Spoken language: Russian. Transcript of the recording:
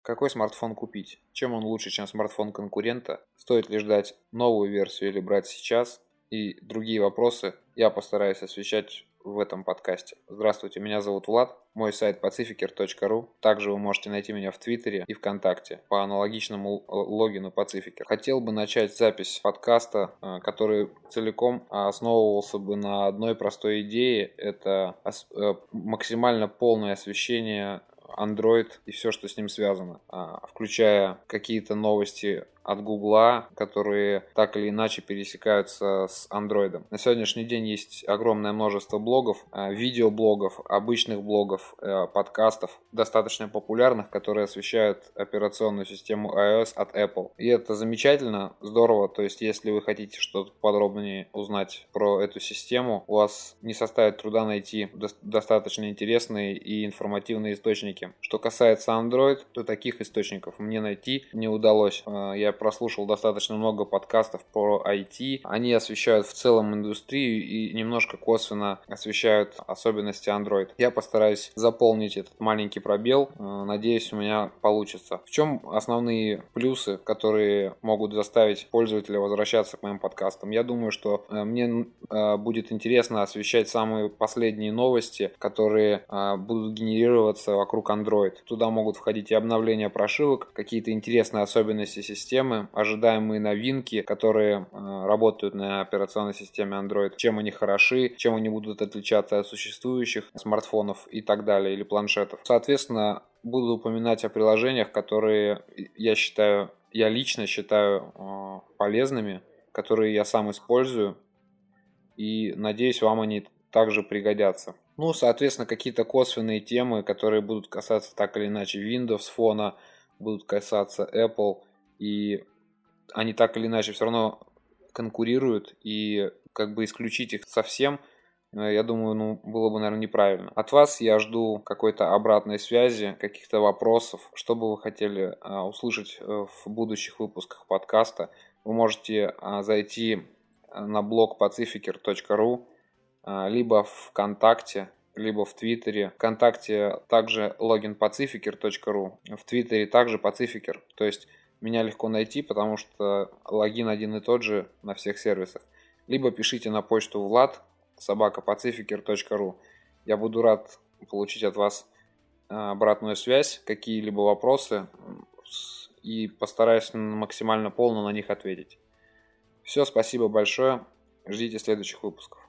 Какой смартфон купить? Чем он лучше, чем смартфон конкурента? Стоит ли ждать новую версию или брать сейчас? И другие вопросы я постараюсь освещать в этом подкасте. Здравствуйте, меня зовут Влад, мой сайт pacificer.ru. Также вы можете найти меня в Твиттере и ВКонтакте по аналогичному логину Pacificer. Хотел бы начать запись подкаста, который целиком основывался бы на одной простой идее. Это максимально полное освещение Android и все, что с ним связано, включая какие-то новости от Гугла, которые так или иначе пересекаются с Android. На сегодняшний день есть огромное множество блогов, видеоблогов, обычных блогов, подкастов, достаточно популярных, которые освещают операционную систему iOS от Apple. И это замечательно, здорово. То есть, если вы хотите что-то подробнее узнать про эту систему, у вас не составит труда найти достаточно интересные и информативные источники. Что касается Android, то таких источников мне найти не удалось. Я прослушал достаточно много подкастов про IT. Они освещают в целом индустрию и немножко косвенно освещают особенности Android. Я постараюсь заполнить этот маленький пробел. Надеюсь, у меня получится. В чем основные плюсы, которые могут заставить пользователя возвращаться к моим подкастам? Я думаю, что мне будет интересно освещать самые последние новости, которые будут генерироваться вокруг Android. Туда могут входить и обновления прошивок, какие-то интересные особенности системы, ожидаемые новинки, которые работают на операционной системе Android, чем они хороши, чем они будут отличаться от существующих смартфонов и так далее, или планшетов. Соответственно, буду упоминать о приложениях, которые я лично считаю полезными, которые я сам использую, и надеюсь, вам они также пригодятся. Ну, соответственно, какие-то косвенные темы, которые будут касаться так или иначе Windows фона, будут касаться Apple, и они так или иначе все равно конкурируют, и как бы исключить их совсем, я думаю, было бы, наверное, неправильно. От вас я жду какой-то обратной связи, каких-то вопросов, что бы вы хотели услышать в будущих выпусках подкаста. Вы можете зайти на блог pacificer.ru, либо в ВКонтакте, либо в Твиттере. ВКонтакте также логин pacificer.ru, в Твиттере также pacificer. То есть меня легко найти, потому что логин один и тот же на всех сервисах. Либо пишите на почту vlad@pacificer.ru. Я буду рад получить от вас обратную связь, какие-либо вопросы, и постараюсь максимально полно на них ответить. Все, спасибо большое. Ждите следующих выпусков.